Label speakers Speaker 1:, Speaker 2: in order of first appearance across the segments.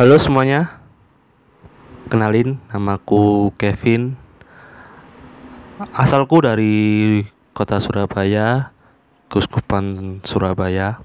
Speaker 1: Halo semuanya, kenalin namaku Kevin. Asalku dari kota Surabaya, Keuskupan Surabaya.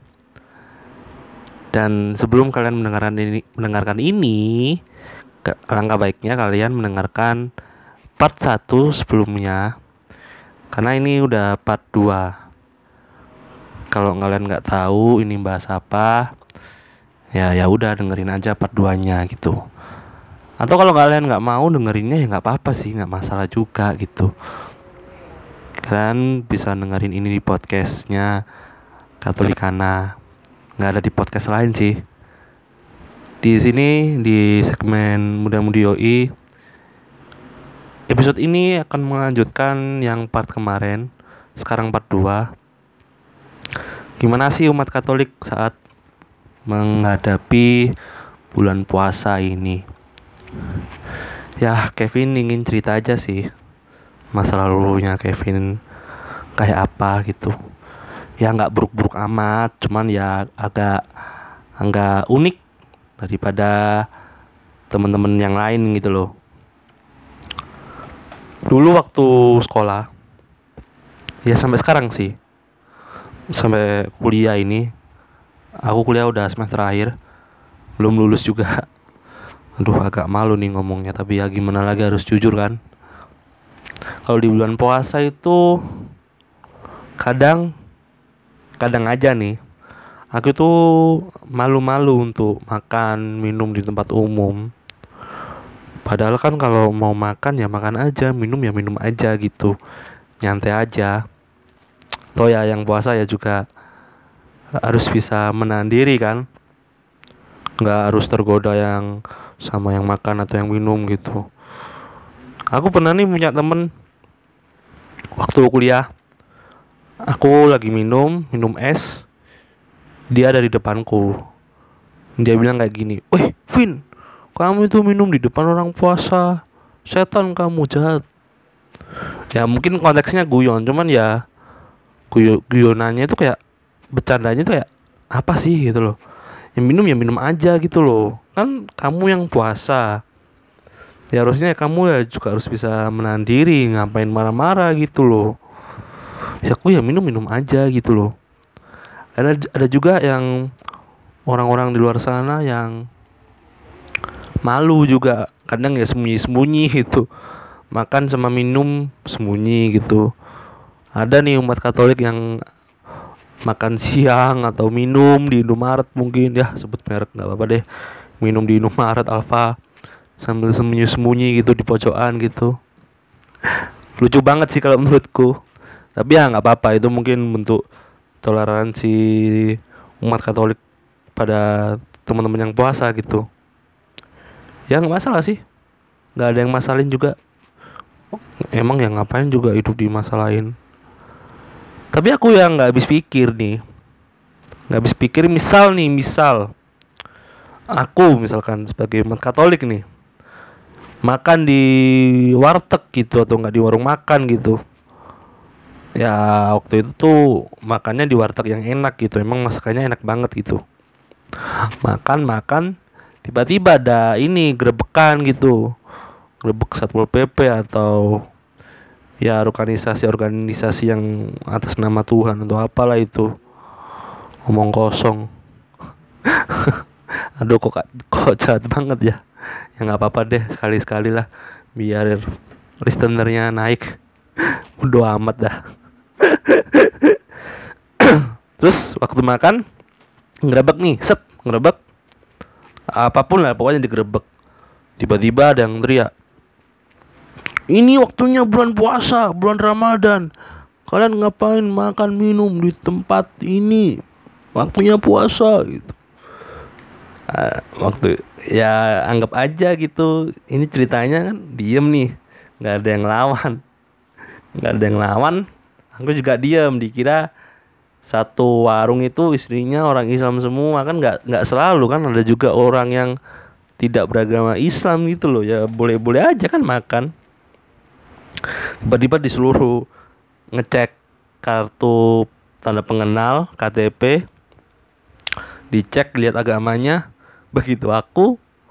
Speaker 1: Dan sebelum kalian mendengarkan ini, alangkah baiknya kalian mendengarkan part 1 sebelumnya. Karena ini udah part 2. Kalau kalian nggak tahu ini bahas apa, ya udah dengerin aja part 2-nya gitu. Atau kalau kalian nggak mau dengerinnya ya nggak apa-apa sih, nggak masalah juga gitu. Kalian bisa dengerin ini di podcastnya Katolikana, nggak ada di podcast lain sih. Di sini di segmen Muda Mudi Yoi, episode ini akan melanjutkan yang part kemarin. Sekarang part 2. Gimana sih umat Katolik saat menghadapi bulan puasa ini? Ya, Kevin ingin cerita aja sih masa lalunya Kevin kayak apa gitu. Ya nggak buruk-buruk amat, cuman ya agak unik daripada teman-teman yang lain gitu loh. Dulu waktu sekolah, ya sampai sekarang sih, sampai kuliah ini, aku kuliah udah semester akhir, belum lulus juga. Aduh, agak malu nih ngomongnya, tapi ya gimana lagi, harus jujur kan. Kalau di bulan puasa itu kadang aja nih, aku tuh malu-malu untuk makan minum di tempat umum. Padahal kan kalau mau makan ya makan aja, minum ya minum aja gitu, nyantai aja. Toh ya yang puasa ya juga harus bisa menahan diri kan, nggak harus tergoda yang sama yang makan atau yang minum gitu. Aku pernah nih punya temen waktu kuliah, aku lagi minum es, dia ada di depanku. Dia bilang kayak gini, "Wih, Vin, kamu itu minum di depan orang puasa, setan kamu, jahat." Ya mungkin konteksnya guyon, cuman ya guyonannya itu kayak, bercandanya itu kayak apa sih gitu loh. Yang minum ya minum aja gitu loh, kan kamu yang puasa, ya harusnya kamu ya juga harus bisa menahan diri, ngapain marah-marah gitu loh. Ya aku ya minum aja gitu loh. Ada juga yang orang-orang di luar sana yang malu juga, kadang ya sembunyi-sembunyi gitu, makan sama minum sembunyi gitu. Ada nih umat Katolik yang makan siang atau minum di Indomaret, mungkin ya sebut merek nggak apa-apa deh, minum di Indomaret Alfa sambil sembunyi-sembunyi gitu di pojokan gitu. Lucu banget sih kalau menurutku, tapi ya nggak apa-apa, itu mungkin bentuk toleransi umat Katolik pada teman-teman yang puasa gitu. Ya nggak masalah sih, nggak ada yang masalin juga. Emang yang ngapain juga hidup di masalahin. Tapi aku yang nggak habis pikir nih, nggak habis pikir, misal aku misalkan sebagai umat Katolik nih, makan di warteg gitu atau nggak di warung makan gitu. Ya waktu itu tuh makannya di warteg yang enak gitu, emang masakannya enak banget gitu. Makan tiba-tiba ada ini gerebekan gitu, grebek Satpol PP atau ya organisasi-organisasi yang atas nama Tuhan atau apalah itu, ngomong kosong. Aduh, kok jahat banget ya. Ya nggak apa-apa deh, sekali-sekali lah biar listenernya naik. Udah amat dah. Terus waktu makan ngerebek nih, ngerebek apapun lah pokoknya digerebek. Tiba-tiba ada yang teriak, "Ini waktunya bulan puasa, bulan Ramadan. Kalian ngapain makan minum di tempat ini? Waktunya puasa," gitu. Waktu ya anggap aja gitu, ini ceritanya kan diem nih, nggak ada yang lawan, aku juga diem, dikira satu warung itu istrinya orang Islam semua, kan nggak selalu kan, ada juga orang yang tidak beragama Islam gitu loh, ya boleh-boleh aja kan makan. Tiba-tiba disuruh ngecek kartu tanda pengenal KTP, dicek lihat agamanya. Begitu aku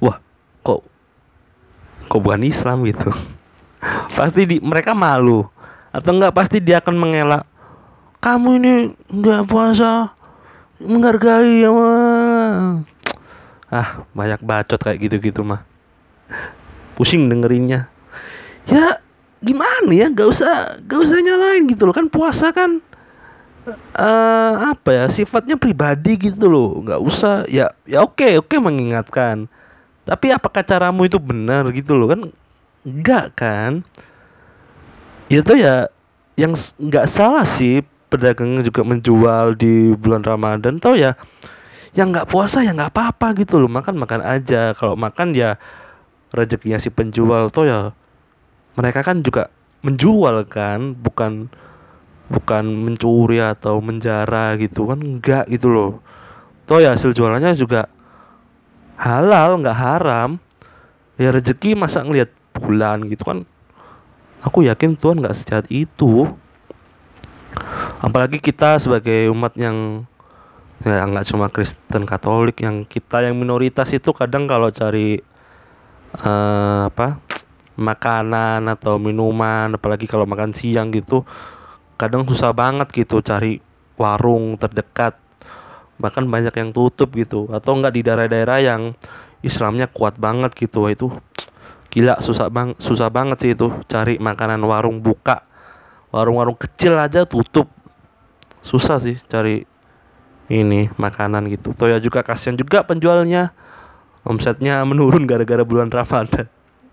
Speaker 1: wah, kok bukan Islam gitu. Pasti mereka malu, atau enggak pasti dia akan mengelak, kamu ini enggak puasa, menghargai ya mah. Banyak bacot kayak gitu-gitu mah, pusing dengerinnya. Ya gimana ya, gak usah nyalain gitu loh, kan puasa kan apa ya, sifatnya pribadi gitu loh, nggak usah. Oke mengingatkan, tapi apakah caramu itu benar gitu loh, kan enggak kan. Itu ya yang nggak salah sih pedagang juga menjual di bulan Ramadan. Tau ya, yang nggak puasa ya nggak apa-apa gitu loh, makan makan aja. Kalau makan ya rezekinya si penjual. Tau ya, mereka kan juga menjual kan, bukan bukan mencuri atau menjara gitu kan, enggak gitu loh. Toh ya hasil jualannya juga halal, nggak haram. Ya rezeki masa ngelihat bulan gitu kan. Aku yakin Tuhan nggak sejahat itu. Apalagi kita sebagai umat yang ya nggak cuma Kristen Katolik, yang kita yang minoritas itu kadang kalau cari apa makanan atau minuman, apalagi kalau makan siang gitu, kadang susah banget gitu cari warung terdekat. Bahkan banyak yang tutup gitu, atau enggak di daerah-daerah yang Islamnya kuat banget gitu. Wah, itu gila, susah banget sih itu cari makanan, warung buka, warung-warung kecil aja tutup. Susah sih cari ini makanan gitu. Toh ya juga kasihan juga penjualnya, omsetnya menurun gara-gara bulan Ramadan.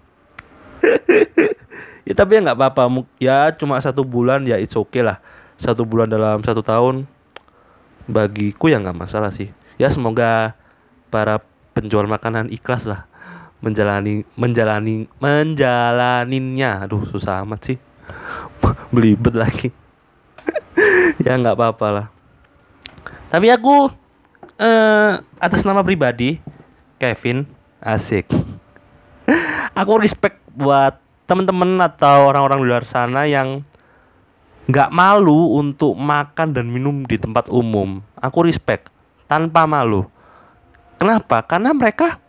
Speaker 1: Ya tapi ya nggak apa-apa, ya cuma 1 bulan ya, it's okay lah. 1 bulan dalam 1 tahun bagiku ya nggak masalah sih. Ya semoga para penjual makanan ikhlas lah menjalaninnya. Aduh susah amat sih. Belibet lagi. Ya nggak apa-apa lah. Tapi aku atas nama pribadi Kevin, asik, aku respect buat temen-temen atau orang-orang di luar sana yang nggak malu untuk makan dan minum di tempat umum. Aku respect tanpa malu. Kenapa? Karena mereka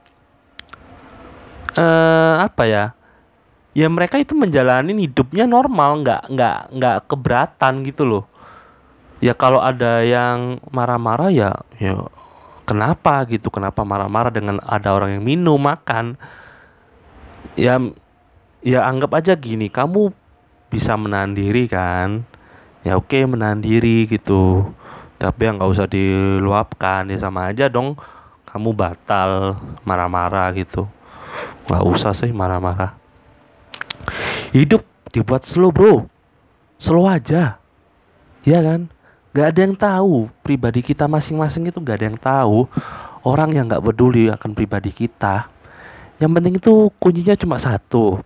Speaker 1: apa ya? Ya mereka itu menjalani hidupnya normal, nggak keberatan gitu loh. Ya kalau ada yang marah-marah ya kenapa gitu? Kenapa marah-marah dengan ada orang yang minum makan? Ya ya anggap aja gini, kamu bisa menahan diri kan? Ya oke, menahan diri gitu. Tapi yang nggak usah diluapkan, ya sama aja dong. Kamu batal marah-marah gitu. Nggak usah sih marah-marah. Hidup dibuat slow bro, slow aja, ya kan? Gak ada yang tahu pribadi kita masing-masing, itu gak ada yang tahu. Orang yang gak peduli akan pribadi kita. Yang penting itu kuncinya cuma satu.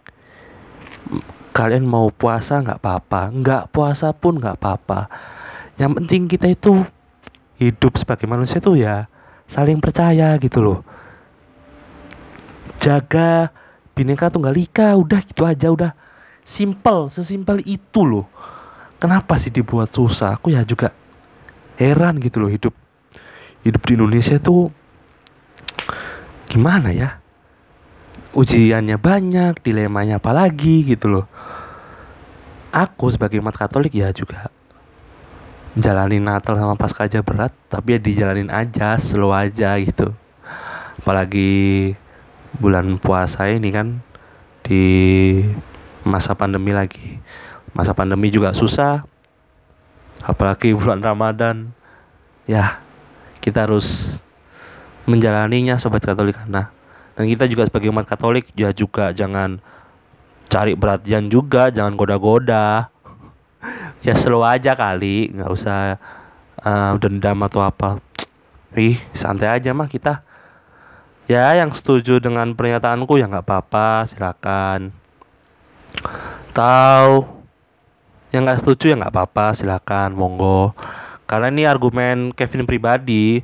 Speaker 1: Kalian mau puasa gak apa-apa, gak puasa pun gak apa-apa. Yang penting kita itu hidup sebagai manusia tuh ya saling percaya gitu loh. Jaga Bhinneka Tunggal Ika, udah gitu aja, udah simple, sesimpel itu loh. Kenapa sih dibuat susah? Aku ya juga heran gitu loh, hidup di Indonesia tuh gimana ya, ujiannya banyak, dilemanya apalagi gitu loh. Aku sebagai umat Katolik ya juga jalanin Natal sama Paskah aja berat, tapi ya dijalanin aja, slow aja gitu. Apalagi bulan puasa ini kan di masa pandemi lagi. Masa pandemi juga susah, apalagi bulan Ramadan. Ya kita harus menjalaninya sobat Katolik. Nah, dan kita juga sebagai umat Katolik ya juga jangan cari perhatian juga, jangan goda-goda. Ya slow aja kali, nggak usah dendam atau apa. Santai aja mah kita. Ya yang setuju dengan pernyataanku ya nggak apa-apa, silakan. Tahu yang nggak setuju ya nggak apa-apa, silakan, monggo. Karena ini argumen Kevin pribadi,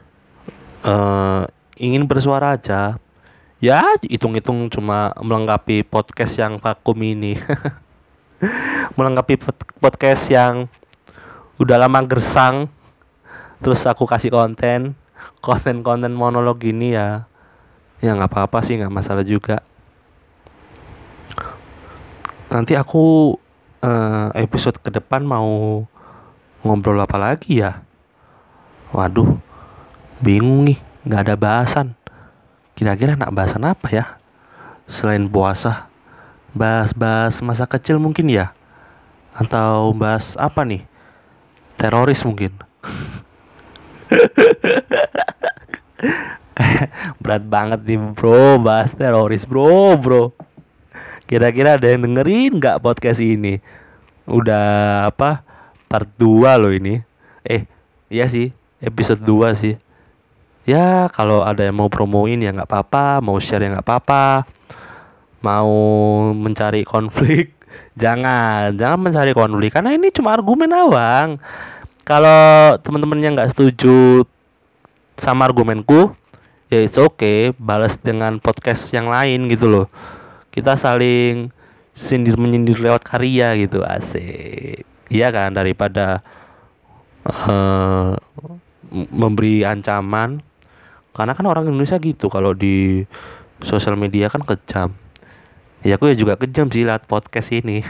Speaker 1: ingin bersuara aja. Ya hitung-hitung cuma melengkapi podcast yang vakum ini. Melengkapi podcast yang udah lama gersang. Terus aku kasih konten monolog ini ya. Ya nggak apa-apa sih, nggak masalah juga. Nanti aku episode ke depan mau ngobrol apa lagi ya? Waduh, bingung nih, nggak ada bahasan. Kira-kira nak bahasan apa ya? Selain puasa, bahas-bahas masa kecil mungkin ya? Atau bahas apa nih? Teroris mungkin. Berat banget nih bro, bahas teroris bro. Kira-kira ada yang dengerin nggak podcast ini? Udah apa? Part 2 loh ini. Iya sih, episode 2 sih. Ya kalau ada yang mau promoin ya nggak apa-apa, mau share ya nggak apa-apa, mau mencari konflik jangan mencari konflik karena ini cuma argumen awang. Kalau teman-temannya nggak setuju sama argumenku, ya it's okay, balas dengan podcast yang lain gitu loh. Kita saling sindir menyindir lewat karya gitu, asik. Iya kan, daripada eh, memberi ancaman. Karena kan orang Indonesia gitu, kalau di sosial media kan kejam. Ya aku ya juga kejam sih liat podcast ini.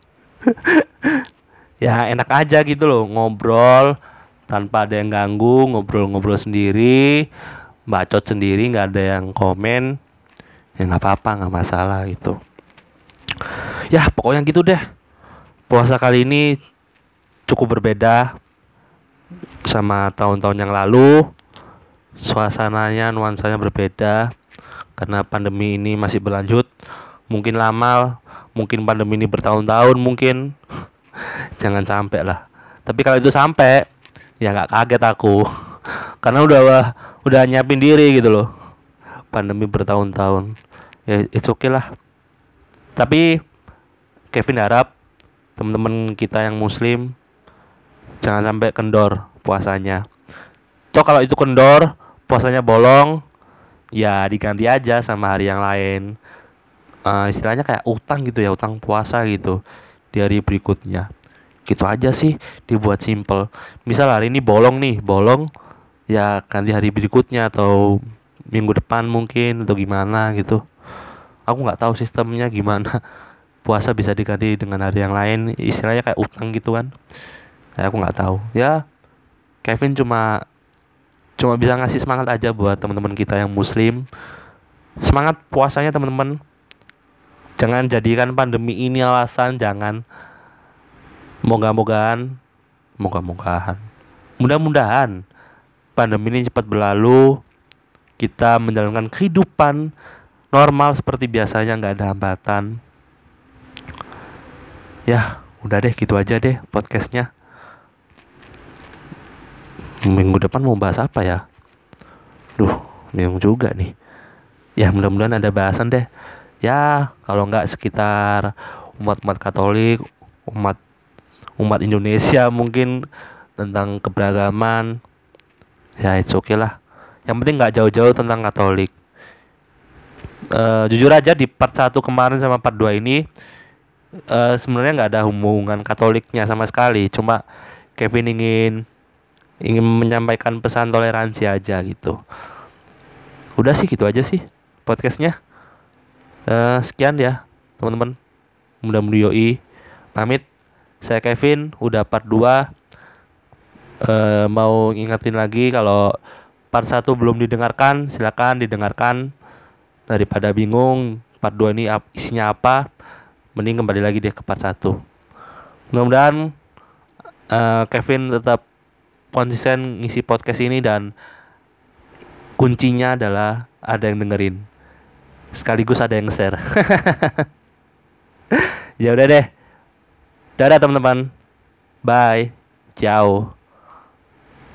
Speaker 1: Ya enak aja gitu loh, ngobrol tanpa ada yang ganggu, ngobrol-ngobrol sendiri, bacot sendiri, nggak ada yang komen. Ya nggak apa-apa, nggak masalah gitu. Ya pokoknya gitu deh. Puasa kali ini cukup berbeda sama tahun-tahun yang lalu. Suasananya, nuansanya berbeda karena pandemi ini masih berlanjut. Mungkin lama, mungkin pandemi ini bertahun-tahun mungkin. Jangan sampai lah. Tapi kalau itu sampai, ya nggak kaget aku. Karena udah nyiapin diri gitu loh. Pandemi bertahun-tahun. Ya it's okay lah. Tapi Kevin harap teman-teman kita yang muslim jangan sampai kendor puasanya. Toh kalau itu kendor, puasanya bolong, ya diganti aja sama hari yang lain. Istilahnya kayak utang gitu ya, utang puasa gitu di hari berikutnya. Gitu aja sih, dibuat simple. Misal hari ini bolong nih, bolong, ya ganti hari berikutnya atau minggu depan mungkin atau gimana gitu. Aku nggak tahu sistemnya gimana. Puasa bisa diganti dengan hari yang lain, istilahnya kayak utang gitu kan. Aku nggak tahu. Ya, Kevin cuma cuma bisa ngasih semangat aja buat teman-teman kita yang muslim. Semangat puasanya teman-teman. Jangan jadikan pandemi ini alasan, jangan. Moga-mogaan, moga-mogaan. Mudah-mudahan pandemi ini cepat berlalu, kita menjalankan kehidupan normal seperti biasanya, nggak ada hambatan. Ya, udah deh gitu aja deh podcastnya. Minggu depan mau bahas apa ya? Duh, bingung juga nih. Ya mudah-mudahan ada bahasan deh. Ya, kalau nggak sekitar umat-umat Katolik, umat umat Indonesia mungkin tentang keberagaman. Ya, it's okay lah. Yang penting nggak jauh-jauh tentang Katolik. Jujur aja di part 1 kemarin sama part 2 ini sebenarnya nggak ada hubungan Katoliknya sama sekali. Cuma Kevin ingin menyampaikan pesan toleransi aja gitu. Udah sih gitu aja sih podcastnya. Sekian ya teman-teman. Mudah-mudahan yoi pamit. Saya Kevin, udah part 2. Mau ingetin lagi kalau part 1 belum didengarkan, silakan didengarkan. Daripada bingung part 2 ini isinya apa, mending kembali lagi deh ke part 1. Mudah-mudahan Kevin tetap konsisten ngisi podcast ini dan kuncinya adalah ada yang dengerin. Sekaligus ada yang share. Ya udah deh. Dadah teman-teman. Bye. Ciao.